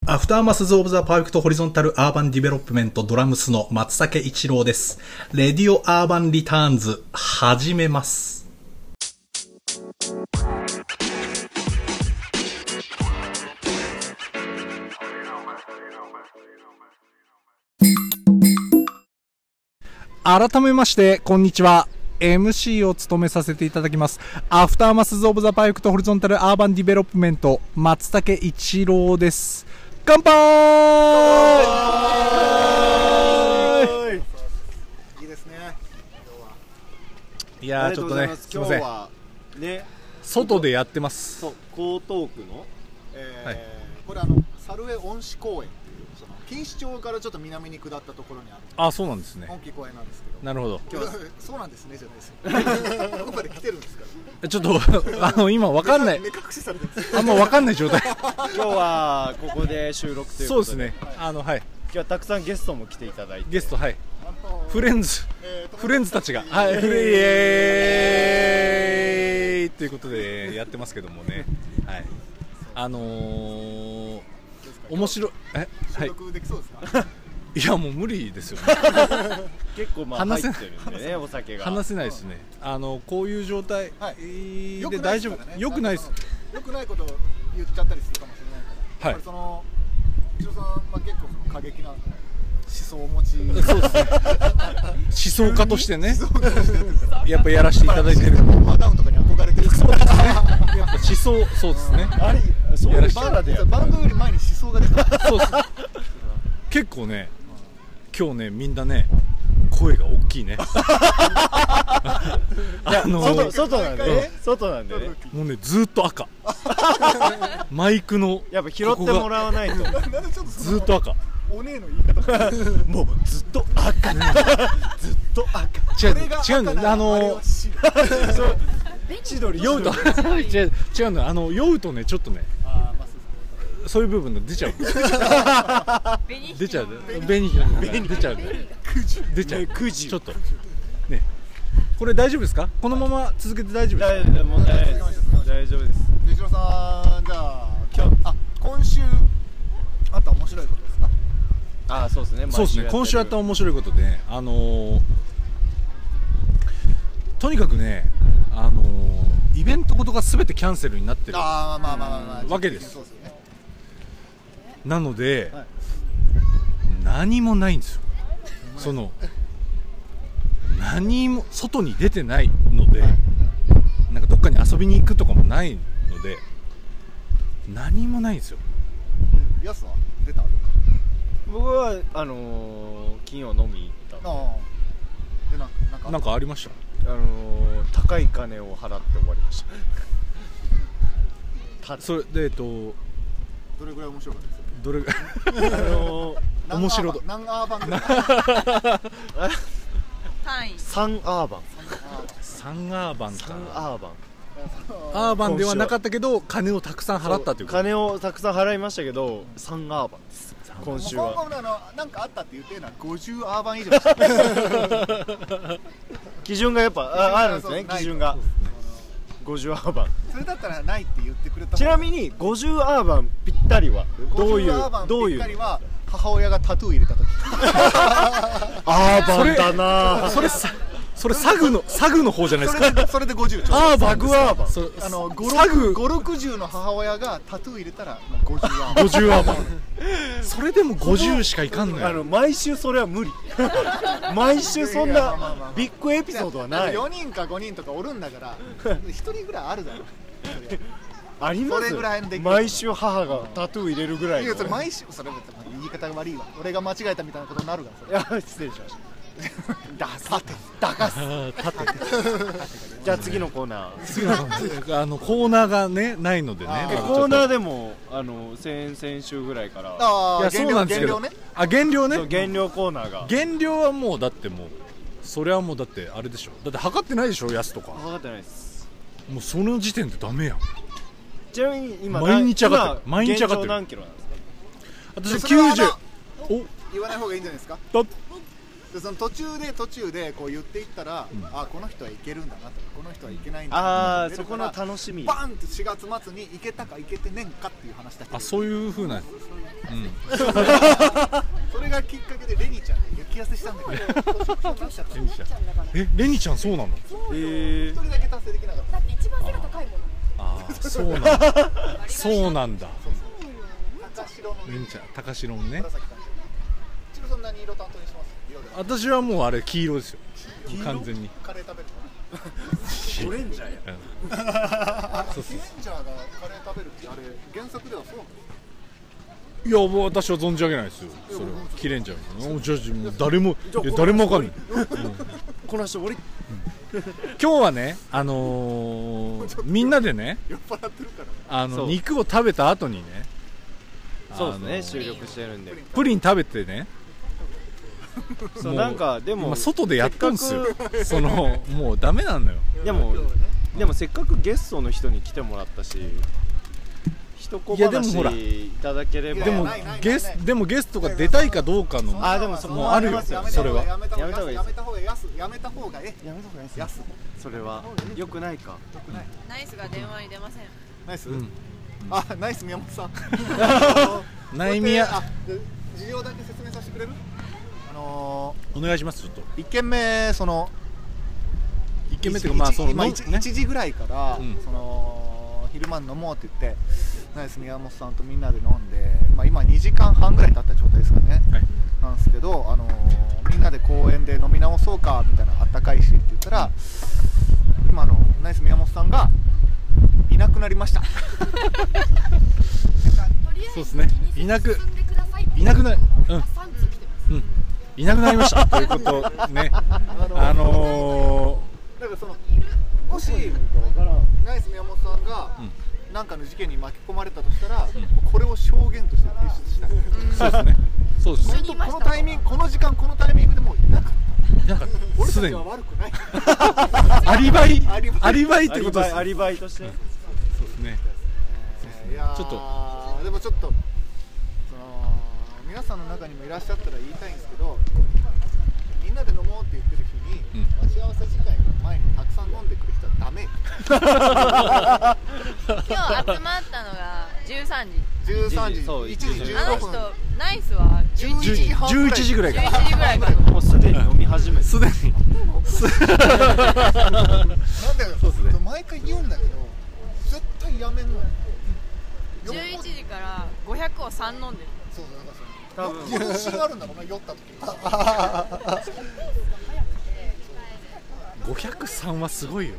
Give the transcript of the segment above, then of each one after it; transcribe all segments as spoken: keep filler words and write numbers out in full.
アフターマスズ・オブ・ザ・パーフェクト・ホリゾンタル・アーバン・ディベロップメントドラムスの松竹一郎です。レディオ・アーバン・リターンズ始めます。改めましてこんにちは。エムシー を務めさせていただきますアフターマスズ・オブ・ザ・パーフェクト・ホリゾンタル・アーバン・ディベロップメント松竹一郎です。乾杯。 いいですね。 いやーちょっとねすいません、 今日はね外でやってます。 そう江東区の、えーはい、 これあの猿江恩賜公園っていうその錦糸町からちょっと南に下ったところにあるあそうなんですね。 本気公園なんですけど。 なるほど。 今日はそうなんですねじゃないですよどこまで来てるんですか。 ちょっとあの今わかんない目隠しされてるんです。 あんまわかんない状態今日はここで収録ということで。 そうですね。あのはい。 今日はたくさんゲストも来ていただいて。 ゲストはい。フレンズ、 えー、 フレンズたちがはいフレイエーイということでやってますけどもね。はい。あのー、面白いえ収録できそうですか。 はい、いやもう無理ですよね結構まあ入ってるんでねお酒が話せないですね。あのこういう状態で大丈夫。よくないです。 よくないこと言っちゃったりするかもしれないから。はい。その一郎さんは結構その過激な思想をお持ち。 そうですね。思想家としてね。やっぱやらせていただいてる。 マダウンとかに憧れてる。そうですね。 やっぱ思想そうですね。 あれそういうバラでバンドより前に思想が出た。 そうです。結構ね今日ねみんなね声が大きいねあのー、外, 外なんでね外なんでねもうねずーっと赤マイクのやっぱ拾ってもらわないとずーっと赤おねえの言い方もうずっと赤ずっと赤違う違うんだあのー、 千鳥酔うと違う違うんだあの酔うとねちょっとねそういう部分が出ちゃう出ちゃう紅出ちゃう出ちゃうちょっとねこれ大丈夫ですか。このまま続けて大丈夫ですか。 大丈夫です大丈夫です。 一郎さんじゃあ今日あ今週あった面白いことですか。 あそうですねそうですね今週あった面白いことで、ね、あのー、とにかくねあのー、イベントごとが全てキャンセルになってるあまあまあまあまあわけです。 そうですよね。 なので、 はい、 何もないんですよ。その何も外に出てないので、なんかどっかに遊びに行くとかもないので何もないんですよ。 ヤスは出たとか。 僕はあのー、金曜飲みに行ったあでななんかなんかありました。 あのー、高い金を払って終わりましたそれでえっとどれぐらい面白かったですか。 どれがあのー、面白い何アーバンぐらいサンアーバンサンアーバンかサンアーバンアーバンではなかったけど金をたくさん払ったということ。 金をたくさん払いましたけどサンアーバンです今週は。 今後のなんかあったって言ってるのはごじゅうアーバン以上基準がやっぱ あ, あるんですね。基準がごじゅうアーバン。 それだったらないって言ってくれた。 ちなみにごじゅうアーバンぴったりはどういうどういうぴったりは母親がタトゥー入れた時アーバンだな。 それそれそれサグのサグの方じゃないですか。 それでそれでごじゅう。 アーバンサグアーバン。 あのサグご、ろくじゅうの母親がタトゥー入れたらごじゅうアーバン。 ごじゅうアーバン。それでもごじゅうしかいかんのよ。 あの毎週それは無理毎週そんなビッグエピソードはない。 よにんかごにんとかおるんだからひとりぐらいあるだろあります。 それぐらいの出来毎週母がタトゥー入れるぐらいの。 いやそれ毎週それだって言い方が悪いわ。俺が間違えたみたいなことになるからそれ。 いや失礼しましたださてだかすじゃあ次のコーナー。 次のあのコーナーがねないのでね。 コーナーでもあの先々週ぐらいからあいやそうなんですけど減量ね。 あ減量ね。 減量コーナーが。 減量はもうだってもうそれはもうだってあれでしょ。だって測ってないでしょヤスとか。 測ってないです。 もうその時点でダメやん。 ちなみに今毎日上がってる。毎日上がってる。 何キロなんですか。 私きゅうじゅう。 お言わない方がいいんじゃないですか。 だでその途中で途中でこう言っていったら、うん、あこの人はいけるんだなとかこの人はいけないんだなああそこの楽しみバンってしがつ末にいけたかいけてねんかっていう話だけど。 あそういう風なそれがきっかけでレニちゃんが激痩せしたんだけどえ、レニちゃんそうなの？ えー、一人だけ達成できなかった。 だって一番背が高いもの。 ああ、そうなんだ。そうなんだ。 高白のレニちゃん、高白のね。 ちろさん何色担当にします？ 私はもうあれ黄色ですよ。完全に。 カレー食べる。 トレンジャーや。 そうそう。トレンジャーがカレー食べるってあれ原作ではそうなの？ いや、もう私は存じ上げないですよ。それはキレンジャー。じゃあもう誰もいや誰もわかんない。 この人俺。 今日はね、あのー、みんなでね、 酔っ払ってるからあの肉を食べた後にね、 そうですね、収録してるんでプリン食べてね、 そうなんかでも今外でやったんですよ。そのもうダメなのよ。 でもでもせっかくゲストの人に来てもらったし、一小話いただければ。 でもゲスでもゲストが出たいかどうかのあでもそもうあるよ。それはやめた方がいい。やめた方がいい。やめた方がいい。 やめた方がいいです。それは良くないか。 ナイスが電話に出ません。 ナイス。あ、ナイス宮本さん。 ナイミヤ。 事情だけ説明させてくれる？あのお願いします。ちょっと一軒目その一軒目っていうかまあその一時ぐらいからその昼間飲もうって言ってナイス宮本さんとみんなで飲んで、まあ今にじかんはんぐらい経った状態ですかね。なんですけど、あのみんなで公園で飲み直そうかみたいな、あったかいしって言ったら、今のナイス宮本さんがいなくなりました。 そうですね。いなくいなくなうんうんいなくなりましたということね。あのだからそのもしナイス宮本さんが何かの事件に巻き込まれたとしたら、これを証言として提出したい。 そうですね。そうですね。 このタイミング、この時間、このタイミングでもういなかった。 なんか俺たちは悪くない。 アリバイ、アリバイってことです。 アリバイとして。 そうですね。 いやちょっとでもちょっとその皆さんの中にもいらっしゃったら言いたいんですけど、みんなで飲もうって言ってる日に、うん、待ち合わせ時間の前にたくさん飲んでくる人はダメ。 今日集まったのがじゅうさんじ。 じゅうさんじ、そういちじじゅうごふん。 あの人ナイスはじゅういちじはんじゅういちじぐらいから。 じゅういちじぐらいから。 もうすでに飲み始めて。 すでに。 なんだよ。毎回言うんだけど、絶対やめんのよ。 じゅういちじからごひゃくをさん飲んでる。 そうそう、なんかその多分自信あるんだろうな、酔った時。 ごひゃくさんはすごいよ。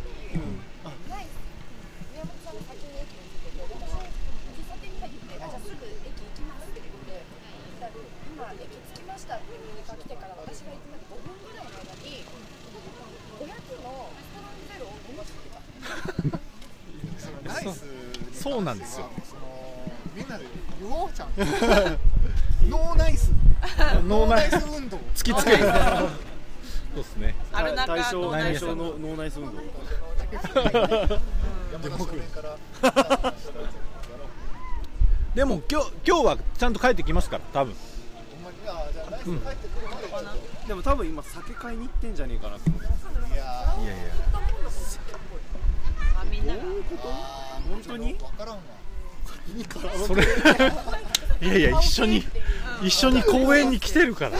そうなんですよ。 みんなで言おうちゃん。ノーナイス。ノーナイス運動。 突きつける。そうですね。 ある中対象ノーナイスのノーナイス運動。 でも今日今日はちゃんと帰ってきますから多分。 でも多分今酒買いに行ってんじゃねえかなと思って。 いやいやいや。 あ、みんなが。 本当に？ わからんわ。 それいやいや一緒に一緒に公園に来てるから。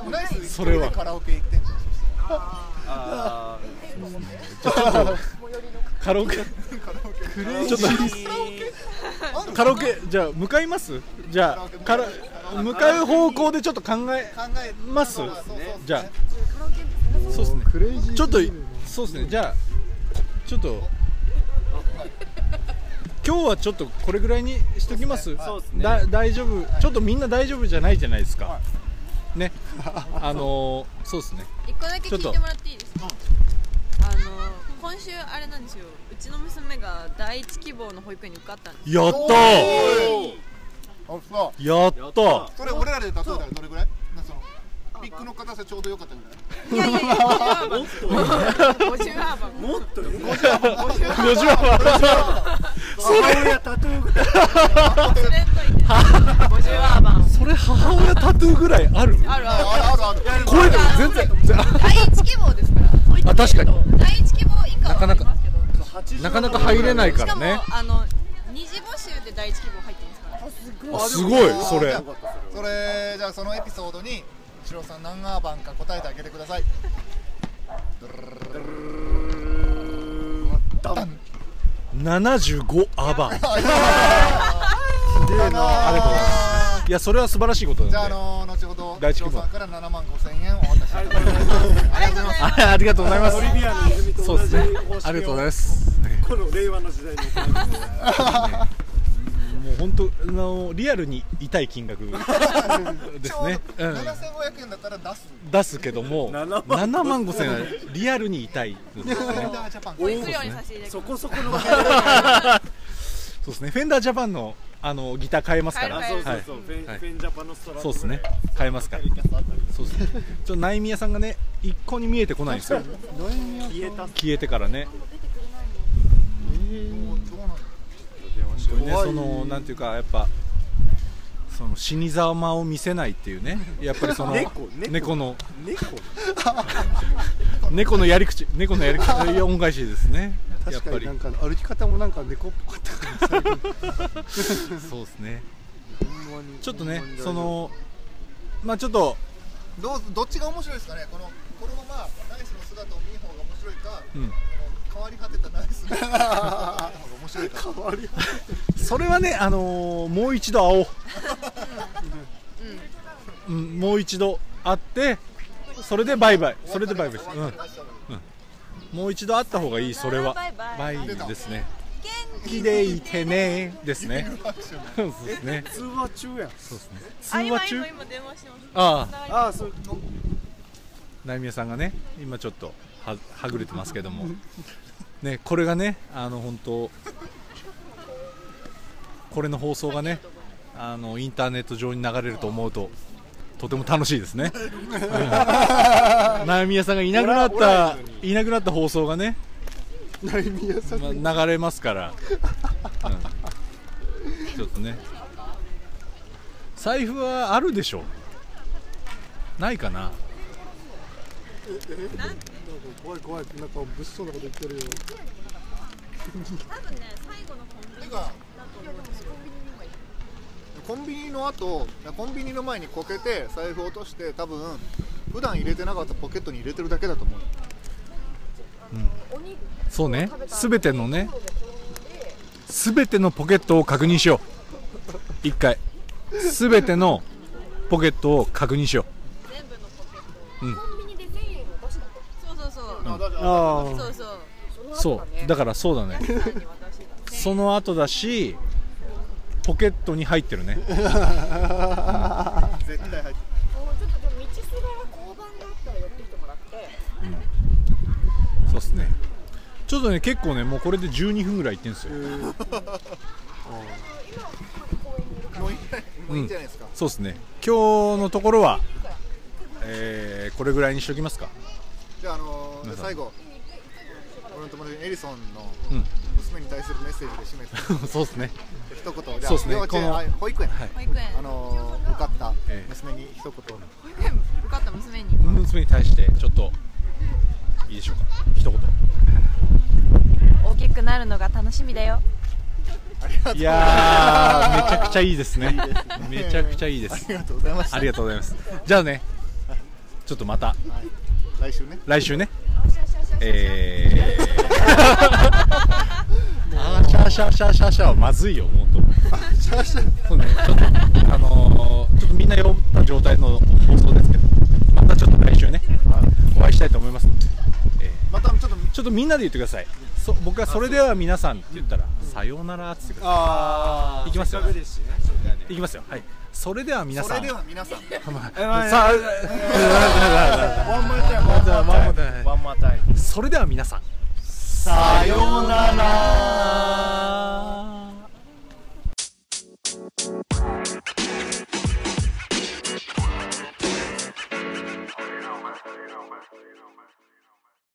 それは。 カラオケ行ってんじゃん。 ああ。 ちょっとカラオケ。ちょっとカラオケじゃあ向かいます？じゃあから向かう方向でちょっと考えます？じゃあそうですね。ちょっとそうですね。じゃあちょっと。今日はちょっとこれぐらいにしときます。 そうですね。 だ大丈夫。ちょっとみんな大丈夫じゃないじゃないですか。ね。あのー、そうですね。 一個だけ聞いてもらっていいですか。あのー、今週あれなんですよ。うちの娘が第一希望の保育園に受かったんです。 やったー。やったー。 それ俺らで例えたらどれぐらい？ピックの硬さちょうど良かったぐらい。いやいやいや、もっとごじゅうアーバン。 もっとごじゅうアーバン。ごじゅうアーバン。 母親タトゥーぐらい。 ごじゅうアーバン。 それ母親タトゥーぐらいある？ あるあるあるある。 これ全然。 第一希望ですから。 あ、確かに。 第一希望以下はありますけど。 なかなか入れないからね。 しかもあの二次募集で第一希望入ってますから。すごあ、すごいそれ。 それじゃあそのエピソードにシロさん何アーバンか答えてあげてください。 ななじゅうごアーバン。 すげえな。 ありがとうございます。いや、それは素晴らしいことなんで。 じゃあ、あの後ほど第一希望シロさんからななまんごせんえんお渡ししたいと思います。 ありがとうございます。 オリビアの泉と同じそうですね。 方式をありがとうございます。 この令和の時代に行いますね。 もう本当あのリアルに痛い金額ですね。うん、 ななせんごひゃくえんだったら出す出すけどもななまんごせんえんはリアルに痛いですね。 保育料に差し入れ。 そこそこのそうですね。フェンダージャパンのあのギター買えますから。 そうそうそう。フェンフェンジャパンのストラップ。 そうですね。買えますから。そうですね。ちょっとナイミヤさんがね一向に見えてこないんですよ。 消えた。 消えてからね。本当にね、そのなんていうかやっぱその死にざまを見せないっていうね、やっぱりその猫の猫のやり口、猫のやり口恩返しですね。 確かになんか歩き方もなんか猫っぽかったからそうですね。ちょっとね、そのまあちょっとどうどっちが面白いですかね。このこのままナイスの姿を見る方が面白いか、うん、変わり果てたナイスの姿が面白いか。変わり果てそれはね、あのー、もう一度会おう、うんうん、もう一度会ってそれでバイバイ、それでバイバイ、うんうん、もう一度会った方がいい。それはバイですね。元気でいてねですね。そうですね。 通話中やん。 そうですね。 通話中。今電話してます。 ああ、ああ、そう。 ナイミヤさんがね、今ちょっとははぐれてますけども、ね、これがね、あの本当これの放送がね、あのインターネット上に流れると思うととても楽しいですね。ナイミヤさんがいなくなったいなくなった放送がね。 ナイミヤさん、 まあ、流れますから、うん、ちょっとね財布はあるでしょう。ないかな。 ええなんか怖い怖い、なんか物騒なこと言ってるよ。 多分ね、最後のコンビニだと思うんですよ。 コンビニの後、コンビニの前にこけて財布落として、多分普段入れてなかったポケットに入れてるだけだと思う。 うん、そうね。すべてのね、すべてのポケットを確認しよう。一回すべてのポケットを確認しよう。 全部のポケット。 うん。 コンビニでせんえんを出した。そうそうそう。 うん、ああ。そうそう。 そうだからそうだね。その後だし、ポケットに入ってるね。絶対入ってる。 ちょっとでも道すがら交番があったら寄ってきてもらって。 うん、そうですね。ちょっとね、結構ね、もうこれでじゅうにふんぐらい行ってんですよ。 もういいんじゃないですか。 うん、そうですね。今日のところは、えー、これぐらいにしときますか。 じゃあ、あのー、最後俺の友達エリソンの娘に対するメッセージで締めて、うん、 そうですね。 一言。じゃあ、ね、幼稚園、保育園、はい、 保育園、 あのー、受かった娘に一言。 保育園受かった娘に娘に対してちょっといいでしょうか。一言。 大きくなるのが楽しみだよ。 いやー、めちゃくちゃいいですね。めちゃくちゃいいです。 ありがとうございます。 ありがとうございます。じゃあね、ちょっとまた、はい、 来週ね。 来週ね。えー、あーシャーシャーシャーシャーシャーはまずいよ、もうと。シャーシャー。そうね、ちょっとあのー、ちょっとみんな酔った状態の放送ですけど、またちょっと来週ね、お会いしたいと思いますので、えー、またちょっとちょっとみんなで言ってください。そ僕はそれでは皆さんって言ったらさようならって言ってください。あー、いきますよ。いきますよ。はい。それでは皆さん。それでは皆さん。さあ、それでは皆さん。さようなら。